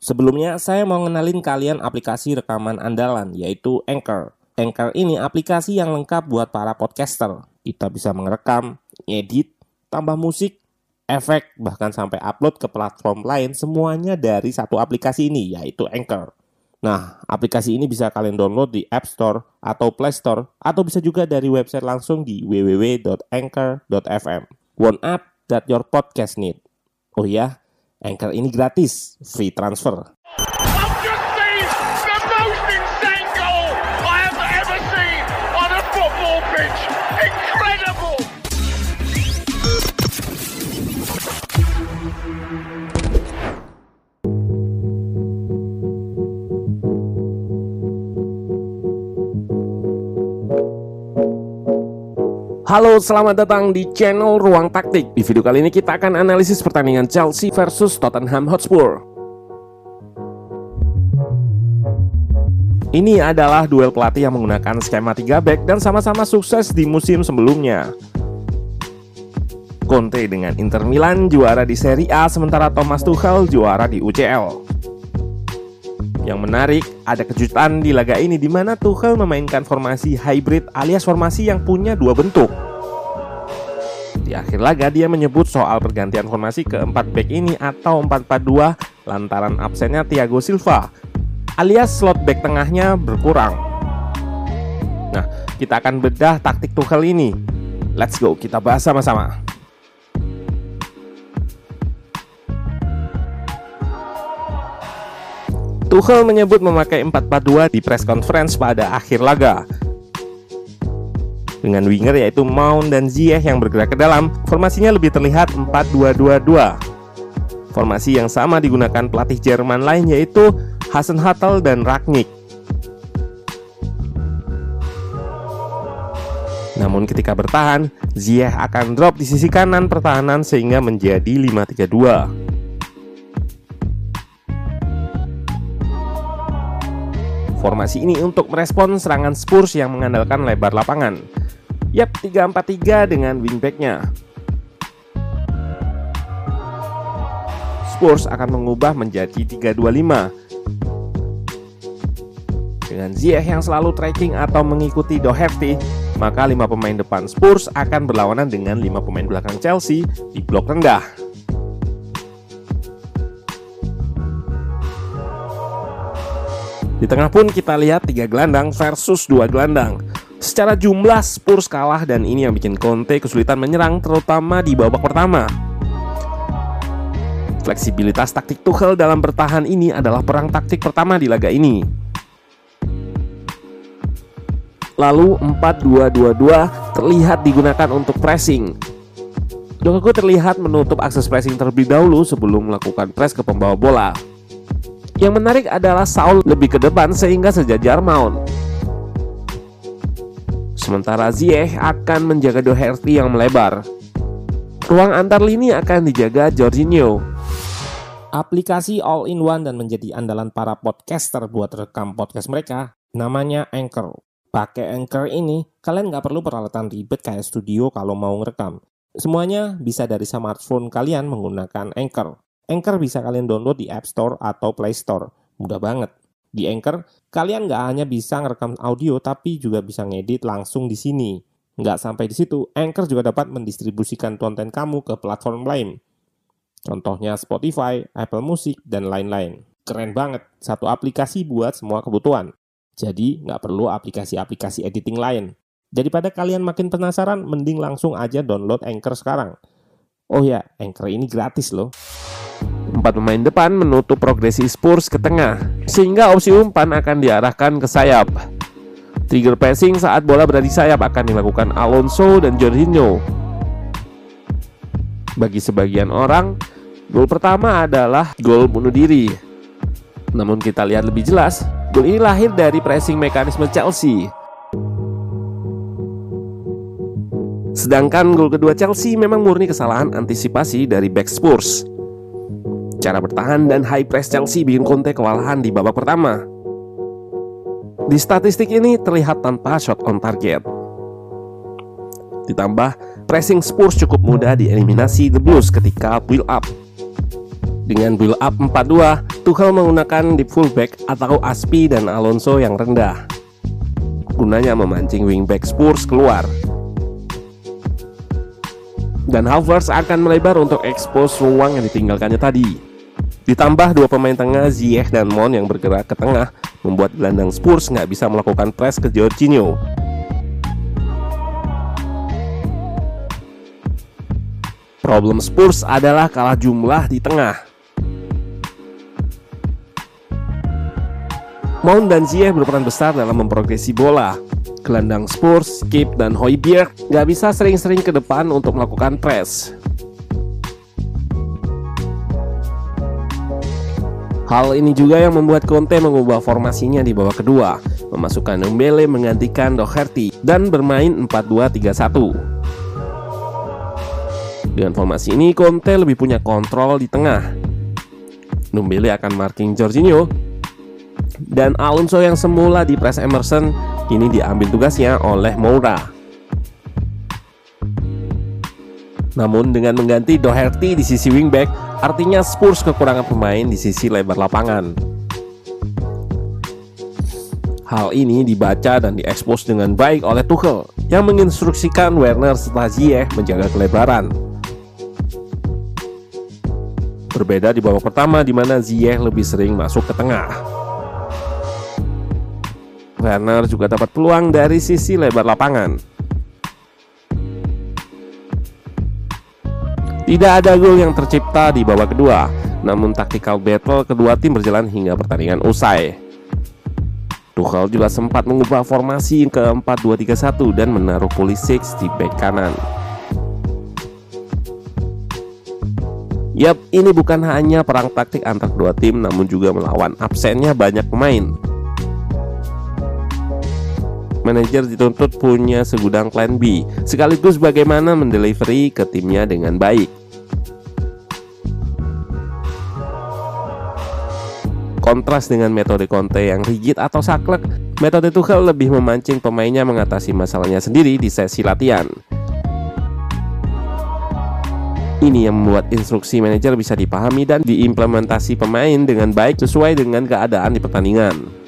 Sebelumnya saya mau ngenalin kalian aplikasi rekaman andalan, yaitu Anchor. Anchor ini aplikasi yang lengkap buat para podcaster. Kita bisa merekam, ngedit, tambah musik, efek, bahkan sampai upload ke platform lain, semuanya dari satu aplikasi ini, yaitu Anchor. Nah, aplikasi ini bisa kalian download di App Store atau Play Store, atau bisa juga dari website langsung di www.anchor.fm. One app that your podcast need. Oh ya, Anchor ini gratis, free transfer. Halo, selamat datang di channel Ruang Taktik. Di video kali ini kita akan analisis pertandingan Chelsea versus Tottenham Hotspur. Ini adalah duel pelatih yang menggunakan skema 3 back dan sama-sama sukses di musim sebelumnya. Conte dengan Inter Milan juara di Serie A, sementara Thomas Tuchel juara di UCL. Yang menarik, ada kejutan di laga ini di mana Tuchel memainkan formasi hybrid alias formasi yang punya dua bentuk. Di akhir laga dia menyebut soal pergantian formasi ke 4 back ini atau 4-4-2 lantaran absennya Thiago Silva alias slot back tengahnya berkurang. Nah, kita akan bedah taktik Tuchel ini. Let's go, kita bahas sama-sama. Tuchel menyebut memakai 4-4-2 di press conference pada akhir laga. Dengan winger yaitu Mount dan Ziyech yang bergerak ke dalam, formasinya lebih terlihat 4-2-2-2. Formasi yang sama digunakan pelatih Jerman lain yaitu Hasenhüttl dan Rangnick. Namun ketika bertahan, Ziyech akan drop di sisi kanan pertahanan sehingga menjadi 5-3-2. Formasi ini untuk merespon serangan Spurs yang mengandalkan lebar lapangan. Yap, 3-4-3 dengan wingback-nya. Spurs akan mengubah menjadi 3-2-5. Dengan Ziyech yang selalu tracking atau mengikuti Doherty, maka 5 pemain depan Spurs akan berlawanan dengan 5 pemain belakang Chelsea di blok rendah. Di tengah pun kita lihat 3 gelandang versus 2 gelandang. Secara jumlah Spurs kalah dan ini yang bikin Conte kesulitan menyerang terutama di babak pertama. Fleksibilitas taktik Tuchel dalam bertahan ini adalah perang taktik pertama di laga ini. Lalu 4-2-2-2 terlihat digunakan untuk pressing. Lukaku terlihat menutup akses pressing terlebih dahulu sebelum melakukan press ke pembawa bola. Yang menarik adalah Saul lebih ke depan sehingga sejajar Mount. Sementara Ziyech akan menjaga Doherty yang melebar. Ruang antar lini akan dijaga Jorginho. Aplikasi all-in-one dan menjadi andalan para podcaster buat rekam podcast mereka, namanya Anchor. Pakai Anchor ini, kalian nggak perlu peralatan ribet kayak studio kalau mau ngerekam. Semuanya bisa dari smartphone kalian menggunakan Anchor. Anchor bisa kalian download di App Store atau Play Store. Mudah banget. Di Anchor, kalian nggak hanya bisa ngerekam audio, tapi juga bisa ngedit langsung di sini. Nggak sampai di situ, Anchor juga dapat mendistribusikan konten kamu ke platform lain. Contohnya Spotify, Apple Music, dan lain-lain. Keren banget, satu aplikasi buat semua kebutuhan. Jadi, nggak perlu aplikasi-aplikasi editing lain. Daripada kalian makin penasaran, mending langsung aja download Anchor sekarang. Oh ya, Anchor ini gratis loh. 4 pemain depan menutup progresi Spurs ke tengah, sehingga opsi umpan akan diarahkan ke sayap. Trigger passing saat bola berada di sayap akan dilakukan Alonso dan Jorginho. Bagi sebagian orang, gol pertama adalah gol bunuh diri. Namun kita lihat lebih jelas, gol ini lahir dari pressing mekanisme Chelsea. Sedangkan gol kedua Chelsea memang murni kesalahan antisipasi dari back Spurs. Cara bertahan dan high press Chelsea bikin Conte kewalahan di babak pertama. Di statistik ini terlihat tanpa shot on target. Ditambah pressing Spurs cukup mudah dieliminasi The Blues ketika build up. Dengan build up 4-2, Tuchel menggunakan deep fullback atau Aspi dan Alonso yang rendah, gunanya memancing wingback Spurs keluar. Dan Havertz akan melebar untuk expose ruang yang ditinggalkannya tadi. Ditambah dua pemain tengah Ziyech dan Mount yang bergerak ke tengah, membuat gelandang Spurs nggak bisa melakukan press ke Jorginho. Problem Spurs adalah kalah jumlah di tengah. Mount dan Ziyech berperan besar dalam memprogresi bola. Gelandang Spurs, Skip, dan Højbjerg nggak bisa sering-sering ke depan untuk melakukan press. Hal ini juga yang membuat Conte mengubah formasinya di babak kedua, memasukkan Ndombele menggantikan Doherty dan bermain 4-2-3-1. Dengan formasi ini, Conte lebih punya kontrol di tengah. Ndombele akan marking Jorginho, dan Alonso yang semula di press Emerson kini diambil tugasnya oleh Moura. Namun dengan mengganti Doherty di sisi wingback, artinya Spurs kekurangan pemain di sisi lebar lapangan. Hal ini dibaca dan diekspos dengan baik oleh Tuchel yang menginstruksikan Werner serta Ziyech menjaga kelebaran. Berbeda di babak pertama di mana Ziyech lebih sering masuk ke tengah. Werner juga dapat peluang dari sisi lebar lapangan. Tidak ada gol yang tercipta di babak kedua, namun tactical battle kedua tim berjalan hingga pertandingan usai. Tuchel juga sempat mengubah formasi ke 4-2-3-1 dan menaruh Pulisic di bek kanan. Yap, ini bukan hanya perang taktik antar kedua tim, namun juga melawan absennya banyak pemain. Manajer dituntut punya segudang plan B, sekaligus bagaimana mendelivery ke timnya dengan baik. Kontras dengan metode Conte yang rigid atau saklek, metode Tuchel lebih memancing pemainnya mengatasi masalahnya sendiri di sesi latihan. Ini yang membuat instruksi manajer bisa dipahami dan diimplementasi pemain dengan baik sesuai dengan keadaan di pertandingan.